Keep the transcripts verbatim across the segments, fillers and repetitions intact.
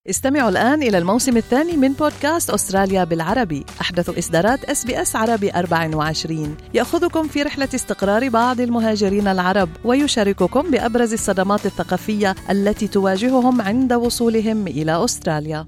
استمعوا الآن إلى الموسم الثاني من بودكاست أستراليا بالعربي، أحدث إصدارات إس بي إس عربي أربعة وعشرين، يأخذكم في رحلة استقرار بعض المهاجرين العرب ويشارككم بأبرز الصدمات الثقافية التي تواجههم عند وصولهم إلى أستراليا.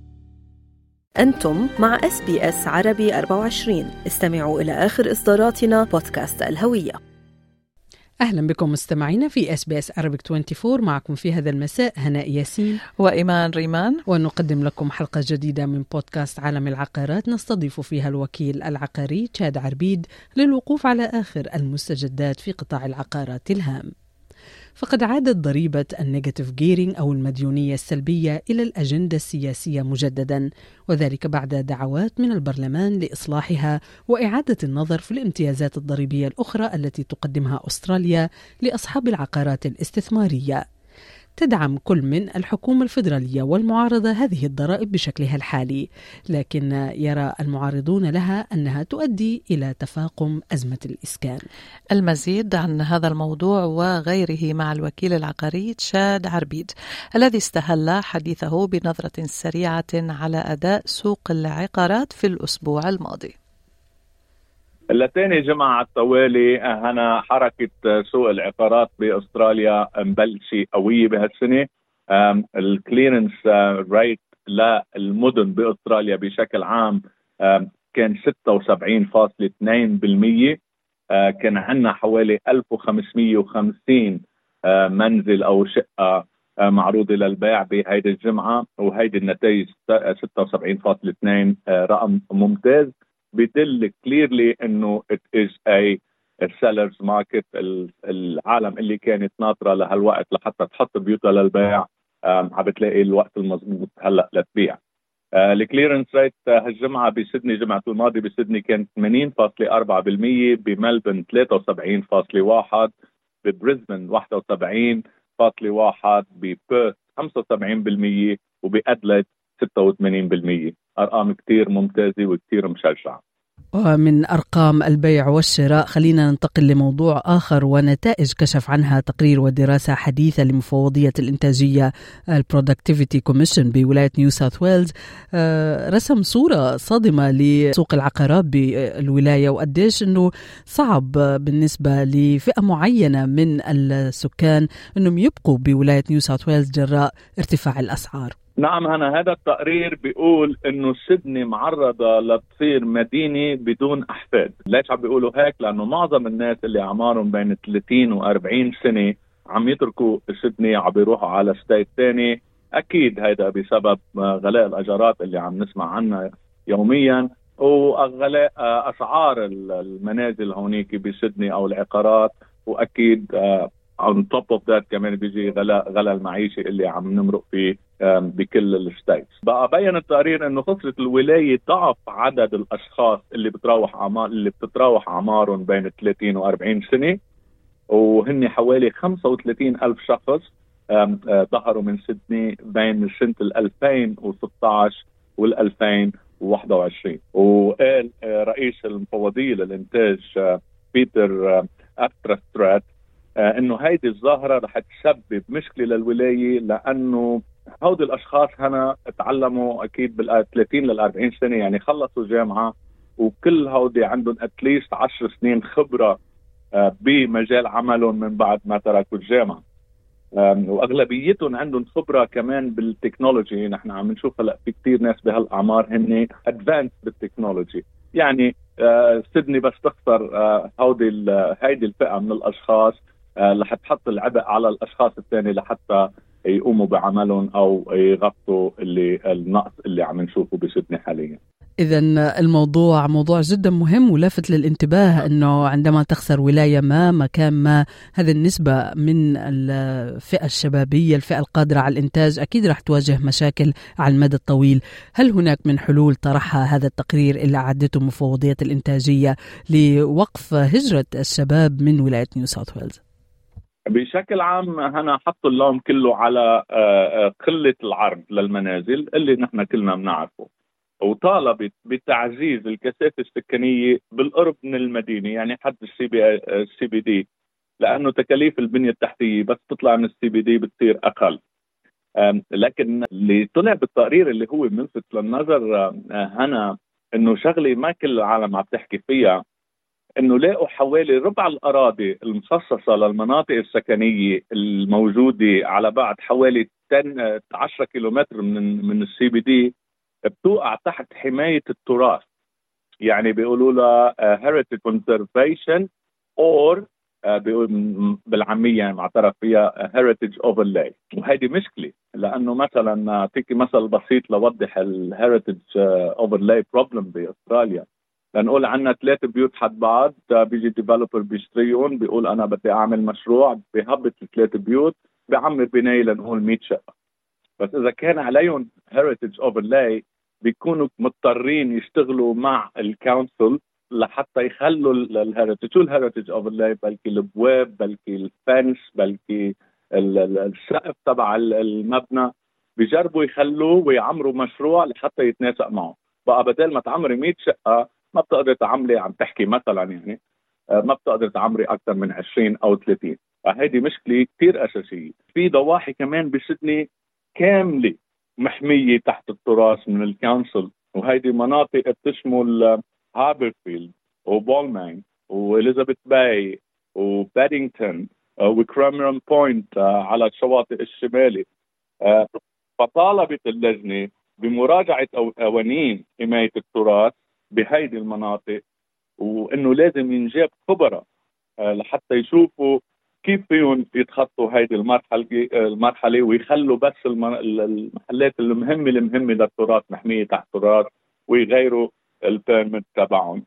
أنتم مع إس بي إس عربي أربعة وعشرين. استمعوا إلى آخر إصداراتنا بودكاست الهوية. أهلا بكم مستمعينا في إس بي إس Arabic أربعة وعشرين. معكم في هذا المساء هناء ياسين وإيمان ريمان، ونقدم لكم حلقة جديدة من بودكاست عالم العقارات نستضيف فيها الوكيل العقاري تشاد عربيد للوقوف على آخر المستجدات في قطاع العقارات الهام. فقد عادت ضريبة النيجاتيف جيرينج أو المديونية السلبية إلى الأجندة السياسية مجددا، وذلك بعد دعوات من البرلمان لإصلاحها وإعادة النظر في الامتيازات الضريبية الأخرى التي تقدمها أستراليا لأصحاب العقارات الاستثمارية. تدعم كل من الحكومة الفيدرالية والمعارضة هذه الضرائب بشكلها الحالي، لكن يرى المعارضون لها أنها تؤدي إلى تفاقم أزمة الإسكان. المزيد عن هذا الموضوع وغيره مع الوكيل العقاري تشاد عربيد الذي استهل حديثه بنظرة سريعة على أداء سوق العقارات في الأسبوع الماضي. لتاني جمعة على التوالي هنا حركة سوق العقارات بأستراليا مبلشة قوية بهالسنة. الكليرنس رايت للمدن بأستراليا بشكل عام كان ستة وسبعين فاصلة اثنين بالمية. كان عندنا حوالي ألف وخمسمية وخمسين منزل أو شقة معروضة للبيع بهيدي الجمعة، وهيدي النتائج ستة وسبعين فاصلة اثنين رقم ممتاز، بدل كليرلي انه it is a seller's market. العالم اللي كانت ناطرة لهالوقت لحتى تحط بيوتها للبيع عم بتلاقي الوقت المضبوط هلا للبيع. الكليرنس ريت هالجمعة بسيدني، جمعة الماضي بسيدني كان ثمانين فاصلة أربعة بالمية، بملبن ثلاثة وسبعين فاصلة واحد، ببريزبن واحد وسبعين فاصلة واحد، ببيرث خمسة وسبعين بالمية، وبأدلايد ستة وثمانين بالمية. أرقام كتير ممتازة وكتير مشجعة. ومن أرقام البيع والشراء خلينا ننتقل لموضوع آخر ونتائج كشف عنها تقرير ودراسة حديثة لمفوضية الإنتاجية البرودكتيفيتي كوميشن بولاية نيو ساوث ويلز. رسم صورة صادمة لسوق العقارات بالولاية، وقديش أنه صعب بالنسبة لفئة معينة من السكان أنهم يبقوا بولاية نيو ساوث ويلز جراء ارتفاع الأسعار. نعم، هنا هذا التقرير بيقول انه سيدني معرضة لتصير مدينة بدون احفاد. ليش عم بيقولوا هيك؟ لانه معظم الناس اللي اعمارهم بين ثلاثين وأربعين سنة عم يتركوا سيدني، عم بيروحوا على ستيت ثاني. اكيد هيدا بسبب غلاء الاجارات اللي عم نسمع عنها يوميا، وغلاء اسعار المنازل هونيك بسيدني او العقارات، واكيد on top of that كمان بيجي غلاء غلاء المعيشة اللي عم نمرق فيه بكل الستيتس. بقى بين التقرير انه خسرت الولاية ضعف عدد الاشخاص اللي بتراوح اعمار اللي بتتراوح اعمارهم بين ثلاثين وأربعين سنة، وهن حوالي خمسة وثلاثين ألف شخص ظهروا من سيدني بين سنة ألفين وستة عشر والألفين وواحد وعشرين. وقال رئيس المفوضية للإنتاج بيتر أبتراسترات انه هيدي الظاهرة رح تسبب مشكلة للولاية، لانه هودي الاشخاص هنا تعلموا اكيد بال ثلاثين لل أربعين سنة، يعني خلصوا جامعة، وكل هودي عندهم اتليست عشر سنين خبرة بمجال عملهم من بعد ما تركوا الجامعة، واغلبيتهم عندهم خبرة كمان بالتكنولوجي. نحن عم نشوف هلا في كتير ناس بهالاعمار هن ادفانس بالتكنولوجي. يعني سيدني بس تخسر هودي هيدي الفئة من الاشخاص رح تحط العبء على الاشخاص الثاني لحتى يقوموا بعملهم او يغطوا اللي النقص اللي عم نشوفه بسيدني حاليا. إذن الموضوع موضوع جدا مهم ولافت للانتباه، أنه عندما تخسر ولاية ما مكان ما، هذه النسبة من الفئة الشبابية الفئة القادرة على الإنتاج أكيد رح تواجه مشاكل على المدى الطويل. هل هناك من حلول طرحها هذا التقرير اللي أعدته مفوضية الإنتاجية لوقف هجرة الشباب من ولاية نيو ساوث ويلز؟ بشكل عام هنا حطوا اللوم كله على قلة العرض للمنازل اللي نحن كلنا بنعرفه، وطالبت بتعزيز الكثافة السكانية بالقرب من المدينة، يعني حد السي بي السي بي دي، لأنه تكاليف البنية التحتية بس تطلع من السي بي دي بتصير أقل. لكن اللي طلع بالتقرير اللي هو ملفت للنظر هنا انه شغله ما كل العالم عم تحكي فيها، انه لقوا حوالي ربع الاراضي المخصصه للمناطق السكنيه الموجوده على بعد حوالي عشرة كيلومتر من من السي بي دي بتوقع تحت حمايه التراث. يعني بيقولوا لها heritage conservation or بالعاميه يعني معترف فيها heritage overlay. وهذه مشكله، لانه مثلا اعطيكي مثل بسيط لوضح الهيريتج overlay problem باستراليا. لنقول عندنا ثلاث بيوت حد بعض، بيجي ديفلوبر بيشتريهم، بيقول انا بدي اعمل مشروع، بيهبط الثلاث بيوت، بعمر بنايه لنقول مية شقه. بس اذا كان عليهم heritage overlay بيكونوا مضطرين يشتغلوا مع الكونسل لحتى يخلوا الهيريتج. شو الهيريتج overlay؟ بلكي البواب، بلكي الفنس، بلكي السقف تبع المبنى، بيجربوا يخلوه ويعمروا مشروع لحتى يتناسق معه. بقى بدل ما تعمري مية شقه ما بتقدر تعملي، عم تحكي مثلا يعني ما بتقدر تعمري اكثر من عشرين او ثلاثين. فهذه مشكله كثير اساسيه. في ضواحي كمان بسيدني كامله محميه تحت التراث من الكونسل، وهيدي مناطق بتشمل هاربرفيلد وبولمان واليزابيث باي وبادينغتون وكرامرون بوينت على الشواطئ الشمالي. فطالبت اللجنه بمراجعه قوانين حمايه التراث بهيدي المناطق، وانه لازم ينجاب خبراء لحتى يشوفوا كيف فيهم يتخطوا هيدي المرحله المرحله ويخلوا بس المحلات المهمه المهمه للتراث محميه تحت التراث، ويغيروا البيرمت تبعهم.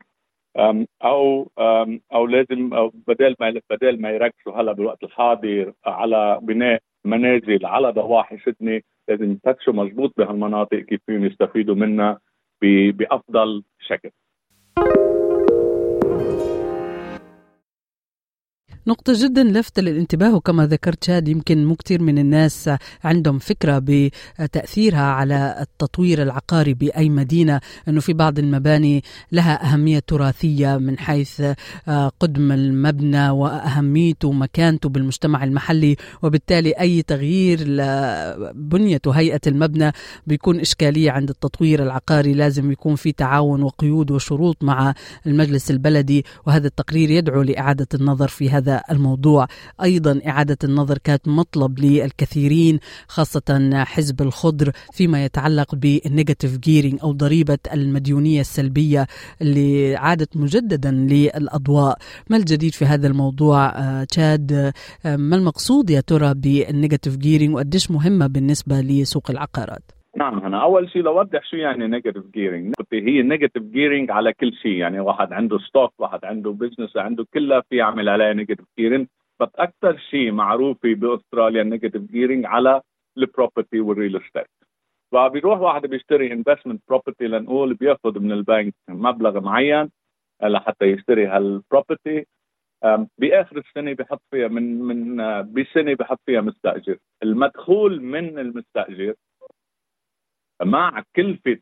او او لازم أو بدل ما بدل ما يركزوا هلا بالوقت الحاضر على بناء منازل على ضواحي سيدني، لازم يفتشوا مضبوط بهالمناطق كيف فيهم يستفيدوا منها بافضل شكل. نقطة جدا لفتة للانتباه، وكما ذكرت شاد يمكن مو كتير من الناس عندهم فكرة بتأثيرها على التطوير العقاري بأي مدينة، أنه في بعض المباني لها أهمية تراثية من حيث قدم المبنى وأهميته ومكانته بالمجتمع المحلي، وبالتالي أي تغيير لبنية وهيئة المبنى بيكون إشكالية عند التطوير العقاري. لازم يكون في تعاون وقيود وشروط مع المجلس البلدي، وهذا التقرير يدعو لإعادة النظر في هذا الموضوع. أيضا إعادة النظر كانت مطلب للكثيرين خاصة حزب الخضر فيما يتعلق بالنيجاتيف جيرينج أو ضريبة المديونية السلبية اللي عادت مجددا للأضواء. ما الجديد في هذا الموضوع تشاد؟ ما المقصود يا ترى بالنيجاتيف جيرينج وقديش مهمة بالنسبة لسوق العقارات؟ نعم، أنا أول شيء لوضح شو يعني نيجاتيف جيرينج. هي نيجاتيف جيرينج على كل شيء، يعني واحد عنده ستوك، واحد عنده بزنس، عنده كلها في يعمل عليها نيجاتيف جيرينج. بس أكثر شيء معروف بأستراليا نيجاتيف جيرينج على البروبرتي والريل استيت. فبيروح واحد بيشتري انفستمنت بروبرتي، لنقول بياخذ من البنك مبلغ معين لحتى يشتري هالبروبرتي. بآخر السنة بيحط فيها من من بسنة بيحط فيها مستأجر. المدخول من المستأجر مع كلفة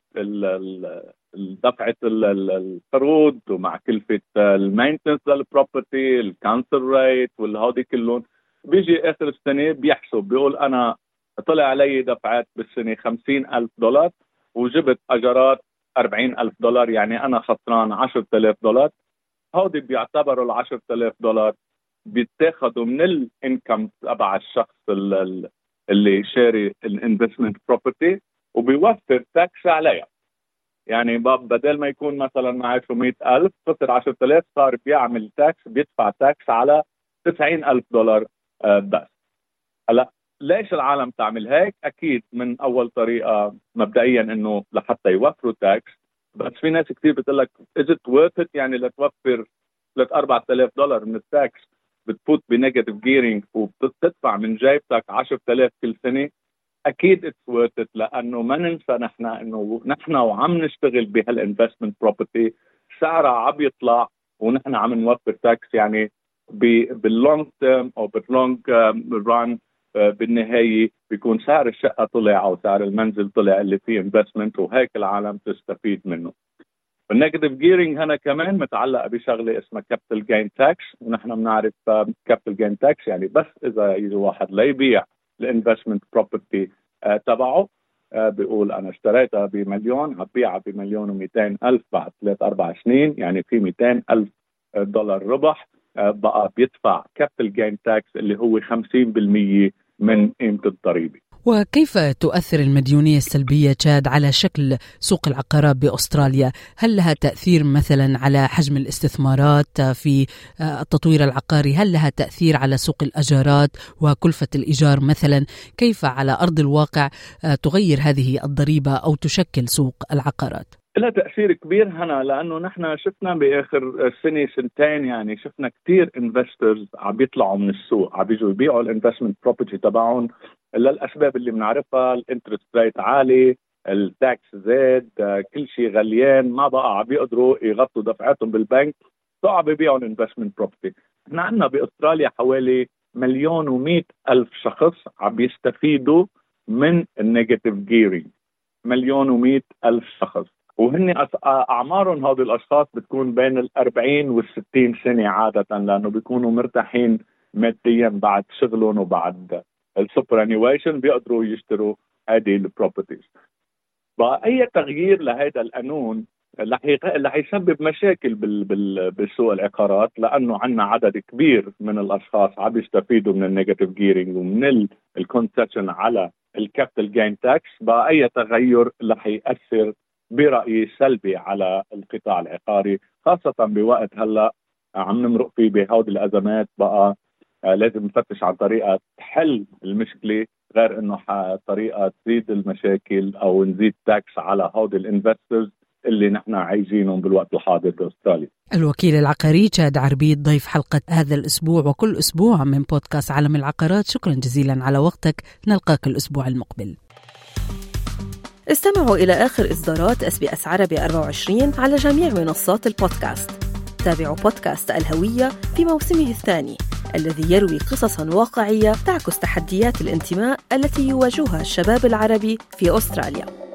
دفعة القروض ومع كلفة المينتنس للبروبرتي، الكانسل ريت والهودي كلهم، بيجي آخر السنة بيحسب بيقول أنا طلع علي دفعات بالسنة خمسين ألف دولار وجبت أجرات أربعين ألف دولار، يعني أنا خسران عشرة آلاف دولار. هودي بيعتبروا العشرة آلاف دولار بيتاخدوا من الانكم تبع الشخص اللي شاري الانفستمنت بروبرتي وبيوفر تاكس عليها. يعني بدل ما يكون مثلا معاشه مئة ألف خسر عشرة آلاف، صار بيعمل تاكس، بيدفع تاكس على تسعين ألف دولار بس. هلا ليش العالم تعمل هيك؟ أكيد من أول طريقة مبدئيا إنه لحتى يوفروا تاكس، بس في ناس كتير بتقول لك is it worth it؟ يعني لتوفر ثلاثة أربعة آلاف دولار من التاكس بتفوت بنيجاتيف جيرينج وبتدفع من جيبتك عشرة آلاف كل سنة. أكيد it's worth it، لأنه ما ننسى نحن إنه نحن وعم نشتغل بهالinvestment property سعرها عم يطلع ونحن عم نوفر تاكس. يعني باللونج تيرم أو باللونج ران بالنهاية بيكون سعر الشقة طلع أو سعر المنزل طلع اللي فيه investment، وهيك العالم تستفيد منه. النيجاتيف جيرينج هنا كمان متعلقة بشغلة اسمها capital gain tax، ونحن بنعرف capital gain tax يعني بس إذا يجي واحد لا يبيع الانفستمنت بروبرتي تبعه بيقول أنا اشتريتها بمليون هبيعها بمليون ومئتين ألف بعد ثلاث أربع سنين، يعني في مئتين ألف دولار ربح، بقى بيدفع كابيتال جين تاكس اللي هو خمسين بالمية من قيمة الضريبة. وكيف تؤثر المديونية السلبية تشاد على شكل سوق العقارات بأستراليا؟ هل لها تأثير مثلا على حجم الاستثمارات في التطوير العقاري؟ هل لها تأثير على سوق الأجارات وكلفة الإيجار مثلا؟ كيف على أرض الواقع تغير هذه الضريبة أو تشكل سوق العقارات؟ لها تأثير كبير هنا، لأنه نحن شفنا بآخر سنة سنتين يعني شفنا كتير انفسترز عم بيطلعوا من السوق، عم بيجوا يبيعوا الانفستمنت بروبرتي تبعهم للأسباب اللي بنعرفها، الانترست ريت عالي، التاكس زاد، كل شيء غليان، ما بقى عم بيقدروا يغطوا دفعاتهم بالبنك، فعم بيبيعوا الانفستمنت بروبرتي. نحن عندنا بأستراليا حوالي مليون ومئة ألف شخص عم بيستفيدوا من النيجاتيف جيرينج، مليون ومئة ألف شخص، وهن أعمارهم هذه الأشخاص بتكون بين الأربعين والستين سنة عادة، لأنه بيكونوا مرتاحين ماديا بعد شغلهم وبعد السوبرانيويشن بيقدروا يشتروا هذه البروبرتيز. بقى أي تغيير لهذا القانون رح يسبب مشاكل بال بال بالسوق العقارات، لأنه عندنا عدد كبير من الأشخاص عم يستفيدوا من النيجاتيف جيرينج ومن الكونسيشن على الكابيتال جين تاكس. بقى أي تغير رح يأثر برأيي سلبي على القطاع العقاري، خاصة بوقت هلأ عم نمرق فيه بهذه الأزمات. بقى لازم نفتش عن طريقة تحل المشكلة غير انه طريقة تزيد المشاكل او نزيد تاكس على هودي الانفسترز اللي نحن عايزينهم بالوقت الحاضر باستراليا. الوكيل العقاري تشاد عربيد ضيف حلقة هذا الأسبوع وكل أسبوع من بودكاست عالم العقارات. شكرا جزيلا على وقتك، نلقاك الأسبوع المقبل. استمعوا إلى آخر إصدارات إس بي إس عربي أربعة وعشرين على جميع منصات البودكاست. تابعوا بودكاست الهوية في موسمه الثاني الذي يروي قصصاً واقعية تعكس تحديات الانتماء التي يواجهها الشباب العربي في أستراليا.